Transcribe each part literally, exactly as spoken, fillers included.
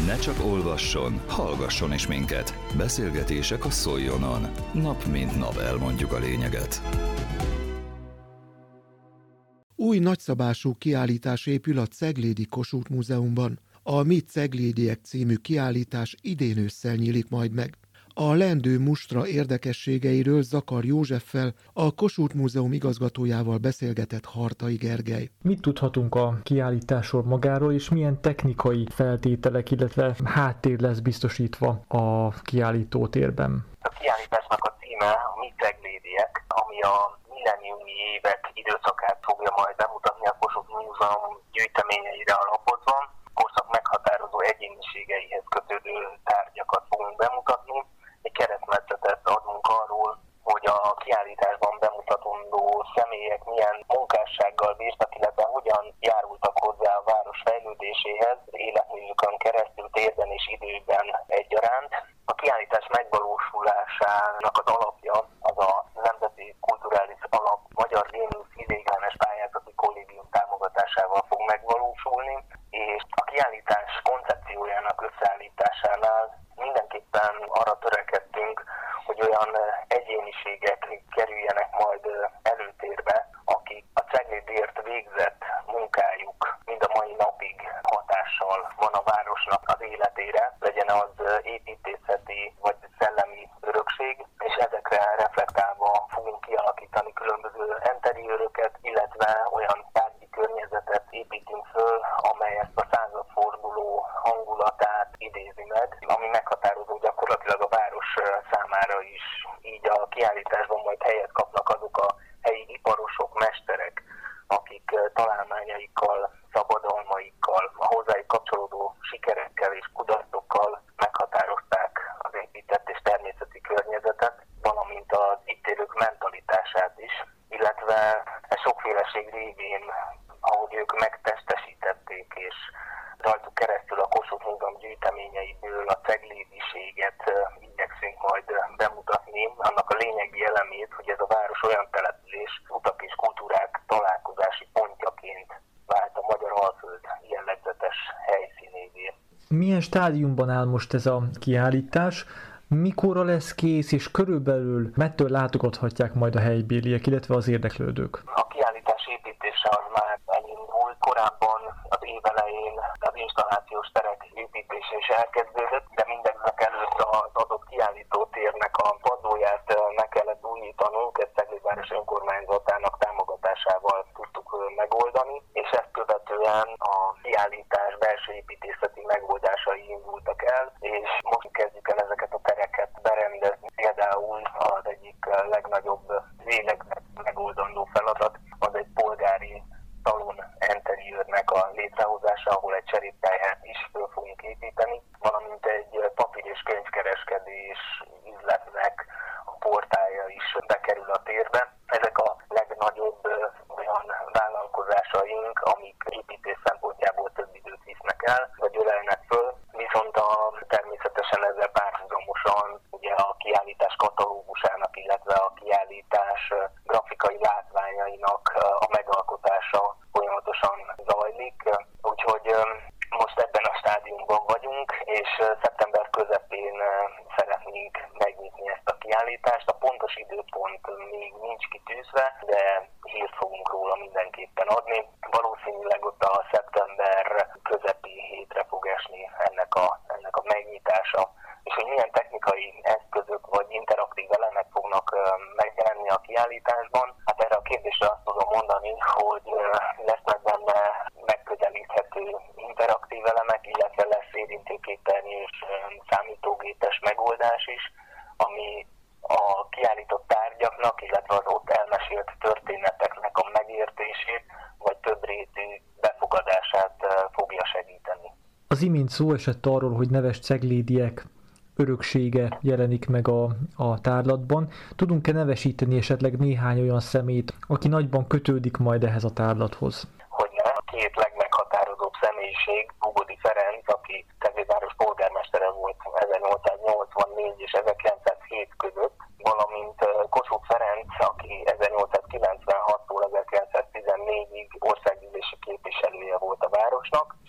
Ne csak olvasson, hallgasson is minket. Beszélgetések a Szoljonon. Nap mint nap elmondjuk a lényeget. Új nagyszabású kiállítás épül a Ceglédi Kossuth Múzeumban. A Mi Ceglédiek című kiállítás idén ősszel nyílik majd meg. A leendő mustra érdekességeiről Zakar Józseffel, a Kossuth Múzeum igazgatójával beszélgetett Hartai Gergely. Mit tudhatunk a kiállításról magáról, és milyen technikai feltételek, illetve háttér lesz biztosítva a kiállítótérben? A kiállításnak a címe a Mi Ceglédiek, ami a milleniumi évek időszakát fogja majd bemutatni a Kossuth Múzeum gyűjteményeire alapozva. Korszak meghatározó egyéniségeihez kötődő tárgyakat fogunk bemutatni. Egy keresztmetszetet adunk arról, hogy a kiállításban bemutatandó személyek milyen munkássággal bírtak, illetve hogyan járultak hozzá a város fejlődéséhez, életművükön keresztül, térben és időben egyaránt. A kiállítás megvalósulásának az alapja az a Nemzeti Kulturális Alap Magyar Géniusz ideiglenes pályázati kollégium támogatásával fog megvalósulni, és a kiállítás koncepciójának összeállításánál mindenképpen arra törekedtünk, hogy olyan egyéniségek kerüljenek majd előtérbe, akik a Ceglédért végzett munkájuk mind a mai napig hatással van a városnak az életére, legyen az építészeti vagy szellemi örökség, és ezekre reflektálva fogunk kialakítani különböző enteriőröket, illetve olyan tárgyi környezetet építünk föl, amely ezt a századforduló hangulatát idézi meg, ami meghatározó gyakorlatilag a város számára is. Így a kiállításban majd helyet kapnak azok a helyi iparosok, mesterek, akik találmányaikkal, szabadalmaikkal, a hozzájuk kapcsolódó sikerekkel és kudarcokkal meghatározták az épített és természeti környezetet, valamint az itt élők mentalitását is, illetve a sokféleség révén, ahogy ők megtestesítették, és rajtuk keresztül a Kossuth Múzeum gyűjteményeiből a ceglédiséget igyekszünk majd bemutatni, annak a lényegi elemét, hogy ez a város olyan település, utak és kultúrák találkozási pontjaként vált a magyar alföld jellegzetes helyszínévé. Milyen stádiumban áll most ez a kiállítás? Mikorra lesz kész, és körülbelül mettől látogathatják majd a helybéliek, illetve az érdeklődők? A kiállítás építése az már elindult, korábban az év elején az installációs terek építése is elkezdődött, de mindezek előtt az adott kiállítótérnek a padlóját meg kellett újítanunk, ezt Ceglédváros önkormányzatának támogatásával tudtuk megoldani, és ezt követően a kiállítás belső építészeti megoldásai indultak el, és most kezdjük el ezeket a tereket berendezni. Például az egyik legnagyobb végleg megoldandó feladat az egy polgári salon enteriőrnek a létrehozása, ahol egy cseréptáját is föl fogunk építeni, valamint egy papír- és könyvkereskedés üzletnek a portálja is bekerül a térbe. Ezek a legnagyobb olyan vállalkozásaink, amik építés szempontjából több időt visznek el, vagy ölelnek föl, viszont a, természetesen ezzel párhuzamosan ugye a kiállítás katalógusának, illetve a kiállítás grafikai látványainak a megalkotása folyamatosan zajlik. Úgyhogy most ebben a stádiumban vagyunk, és szeptember közepén szeretnénk megnyitni ezt a kiállítást. A pontos időpont még nincs kitűzve, de hírt fogunk róla mindenképpen adni. Valószínűleg ott a szeptember közepi hétre fog esni ennek a, ennek a megnyitása. És hogy milyen technikai eszközök vagy interaktív elemek fognak megjelenni a kiállításban, hát erre a kérdésre azt tudom mondani, hogy lesznek benne megközelíthető interaktív elemek, illetve lesz érintőképernyős számítógépes megoldás is, ami a kiállított tárgyaknak, illetve az ott elmesélt történeteknek a megértését, vagy többrétű befogadását fogja segíteni. Az imént szó esett arról, hogy neves ceglédiek öröksége jelenik meg a, a tárlatban. Tudunk-e nevesíteni esetleg néhány olyan szemét, aki nagyban kötődik majd ehhez a tárlathoz? Hogyne, a két legmeghatározóbb személyiség, Hugodi Ferenc, aki Ceglédváros polgármestere volt ezernyolcszáznyolcvannégy és ezerkilencszázhét között, valamint Kossuth Ferenc, aki ezernyolcszázkilencvenhattól ezerkilencszáztizennégyig országgyűlési képviselője volt a városnak, és az ő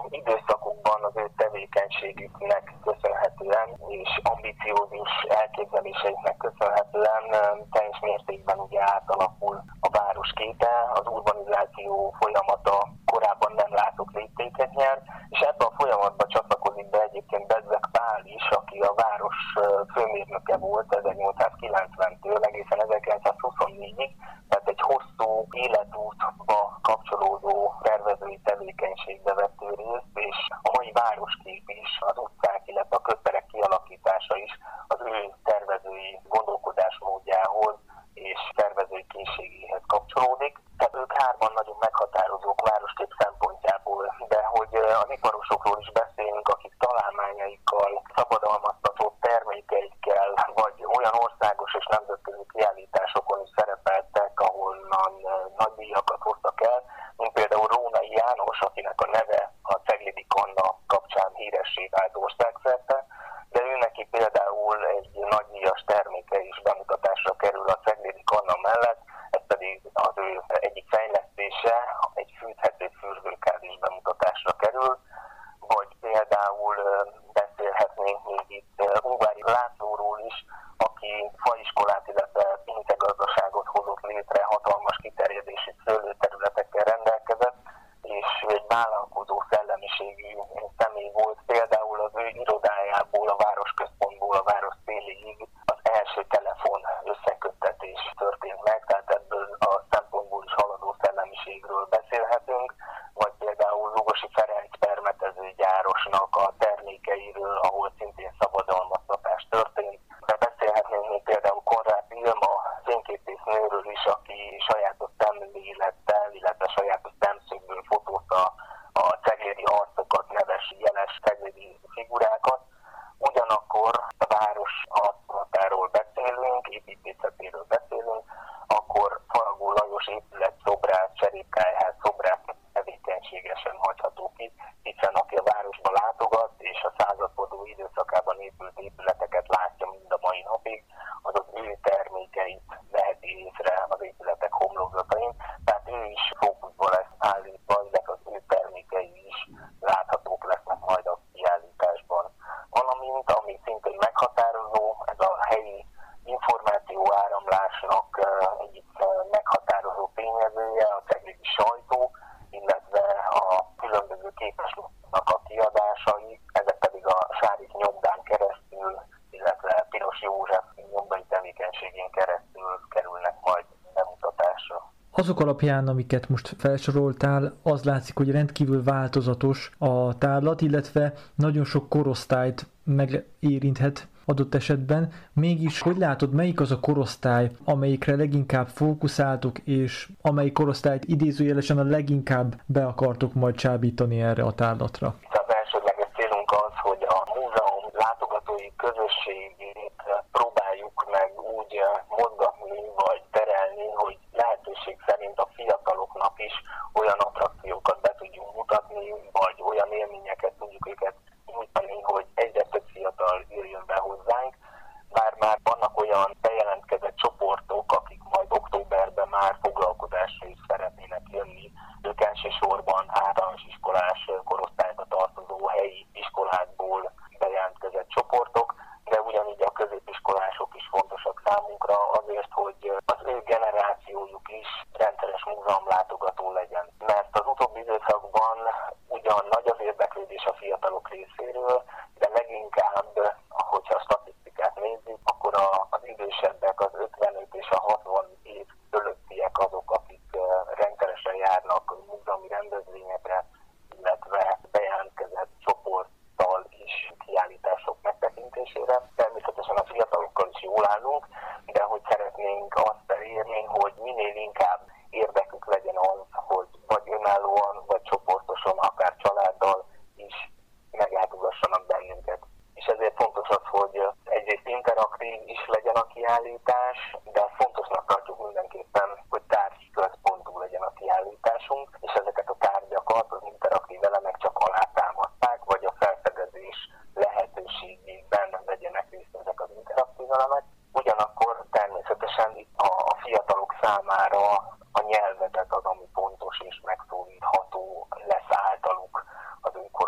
időszakukban az ő tevékenységüknek köszönhetően és ambiciózus elképzeléseiknek köszönhetően teljes mértékben ugye átalakul a város képe, az urbanizáció folyamata korábban nem látott léptéket nyer, és ebben a folyamatban csatlakozik be egyébként Bezzeg Pál is, aki a város főmérnöke volt ezernyolcszázkilencventől egészen ezerkilencszázhuszonnégyig, tehát egy hosszú életútba kapcsolódó tervezői tevékenységbe vett ő részt, és a mai városkép is, az utcák, illetve a közterek kialakítása is az ő tervezői gondolkodásmódjához és tervezői készségéhez kapcsolódik. Tehát ők hárman nagyon meghatározók városkép szempontjából, de hogy az iparosokról is beszélünk, akik találmányaikkal, szabadalmaztatott termékeikkel, vagy olyan országos és nemzetközi kiállításokon is szerepeltek, ahonnan nagy díjakat hoztak el, mint például Rónai János, akinek a neve a Ceglédi Kanna kapcsán híressé vált országszerte, de ő neki például egy nagydíjas terméke is bemutatásra kerül a Ceglédi Kanna mellett, ez pedig az ő egyik fejlesztése, egy fűthető fürdőkád is bemutatásra kerül, vagy például beszélhetnénk még itt Ungvári Lászlóról is, aki faiskolát, illetve pincegazdaságot hozott létre, hatalmas kiterjedésű szőlőterületekkel rendelkezett, és egy vállalkozó szellemiségű személy volt. Például az ő irodájából, a városközpontból a város széléig az első telefon összeköttetés történt meg, tehát ebből a szempontból is haladó szellemiségről beszélhetünk, vagy például Lugosi Ferenc permetezőgyárosnak a termékeiről, ahol szintén szabadalmaztatás történt. De beszélhetnénk még például Konrád Vilma fényképésznőről is, aki sajátos szemlélettel, illetve sajátos szemszögből fotózta a ceglédi arcokat, neves, jeles ceglédi figurákat. Ugyanakkor a város arculatáról beszélünk, építészetéről beszélünk, akkor Faragó Lajos épületszobrát, Cserépkályház szobrát tevékenységesen hagyható ki, hiszen aki a városba látogat és a századforduló időszakában épült épületeket látja mind a mai napig, az az ő termékeit veheti észre az épületek homlokzatain, tehát ő is fókuszba lesz állítva, illetve az ő termékei is láthatók lesznek majd a kiállításban. Valamint, ami szintén meghatározó, ez a helyi információ áramlásnak egyik meghatározó tényezője, a ceglédi sajtó, illetve a különböző képeslapoknak a kiadásai, ezek pedig a Sárik nyomdán keresztül, illetve Piros József nyomdai tevékenységén keresztül kerülnek majd bemutatásra. Azok alapján, amiket most felsoroltál, az látszik, hogy rendkívül változatos a tárlat, illetve nagyon sok korosztályt megérinthet adott esetben. Mégis, hogy látod, melyik az a korosztály, amelyikre leginkább fókuszáltok, és amelyik korosztályt idézőjelesen a leginkább be akartok majd csábítani erre a tárlatra? Az elsődleges célunk az, hogy a múzeum látogatói közösségét próbáljuk meg úgy mozgatni vagy terelni, hogy lehetőség szerint a fiataloknak is olyan attrakciókat be tudjunk mutatni, vagy olyan élményeket tudjuk őket nyújtani, hogy egyre több fiatal jöjjön be hozzánk. Bár már vannak olyan bejelentkezett csoportok, akik majd októberben már foglalkozásra is szeretnének jönni. Ők elsősorban általános iskolás korosztályba tartozó helyi iskolákból bejelentkezett csoportok, de ugyanígy a középiskolások is fontosak számunkra azért, hogy az ő generációjuk is rendszeres múzeumlátogató legyen. Mert az utóbbi időszakban ugyan nagy az érdeklődés a fiatalok részéről, de leginkább, hogyha a statisztikát nézzük, akkor az idősebbek, az ötvenöt és a hatvan év fölöttiek azok, akik rendszeresen járnak múzeumi rendezvényekre, illetve bejelentkezett csoporttal is kiállítások megtekintésére. Természetesen a fiatalokkal is jól állunk, de hogy szeretnénk azt elérni, hogy minél inkább érdekük legyen az, hogy vagy önállóan, vagy csoportosan, akár családdal is meglátogassanak bennünket. És ezért fontos az, hogy egyrészt interaktív is legyen a kiállítás, de fontosnak tartjuk mindenképpen, hogy tárgyközpontú legyen a kiállításunk, és ezeket a tárgyakat, az interaktív elemek csak alátámaszták, vagy a felfedezés lehetőségében legyenek részt ezek az interaktív elemek. Ugyanakkor természetesen itt a, a fiatalok számára a nyelvezet az, ami pontos és megszólítható lesz általuk az ő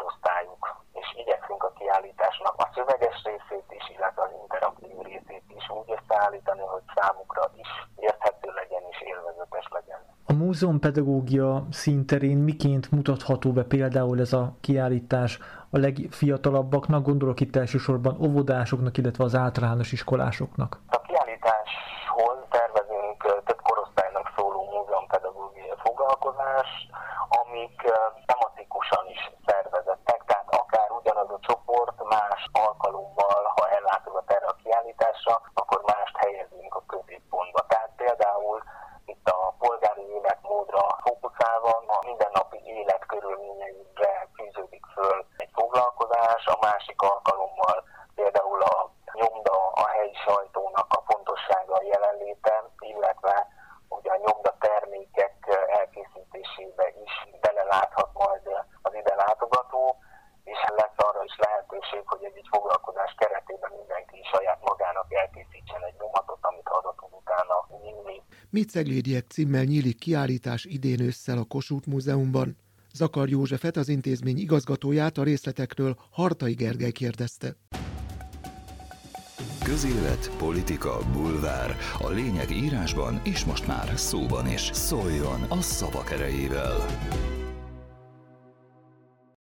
számukra is érthető legyen és élvezetes legyen. A múzeumpedagógia színterén miként mutatható be például ez a kiállítás a legfiatalabbaknak, gondolok itt elsősorban óvodásoknak, illetve az általános iskolásoknak? A kiállításhoz tervezünk több korosztálynak szóló múzeumpedagógiai foglalkozást, amik tematikusan is szervezettek, tehát akár ugyanaz a csoport más alkalommal, ha ellátogat erre a kiállításra, akkor mást helyezünk a középpontba. Tehát például itt a polgári életmódra fókuszálva a mindennapi élet körülményeire fűződik föl egy foglalkozás, a másik alkalommal például a nyomda, a helyi sajtónak a fontossága, a jelenléte, illetve ugye a nyomda termékek elkészítésébe is beleláthat majd az ide látogató, és lesz arra is lehetőség, hogy egy foglalkozás keretében mindenki saját magának elkészítsen egy nyomatot, amit haza tud utána nyílni. Mi ceglédiek címmel nyílik kiállítás idén ősszel a Kossuth Múzeumban. Zakar Józsefet, az intézmény igazgatóját a részletekről Hartai Gergely kérdezte. Közélet, politika, bulvár. A lényeg írásban és most már szóban is. Szóljon a szavak erejével!